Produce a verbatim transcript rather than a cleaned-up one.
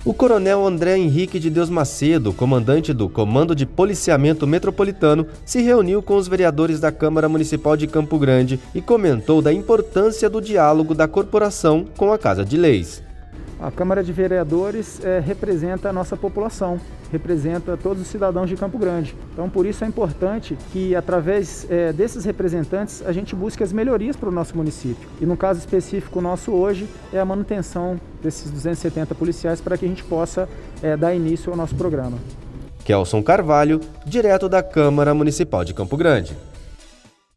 O coronel André Henrique de Deus Macedo, comandante do Comando de Policiamento Metropolitano, se reuniu com os vereadores da Câmara Municipal de Campo Grande e comentou da importância do diálogo da corporação com a Casa de Leis. A Câmara de Vereadores é, representa a nossa população, representa todos os cidadãos de Campo Grande. Então, por isso é importante que, através é, desses representantes, a gente busque as melhorias para o nosso município. E no caso específico nosso hoje, é a manutenção desses duzentos e setenta policiais para que a gente possa é, dar início ao nosso programa. Kelson Carvalho, direto da Câmara Municipal de Campo Grande.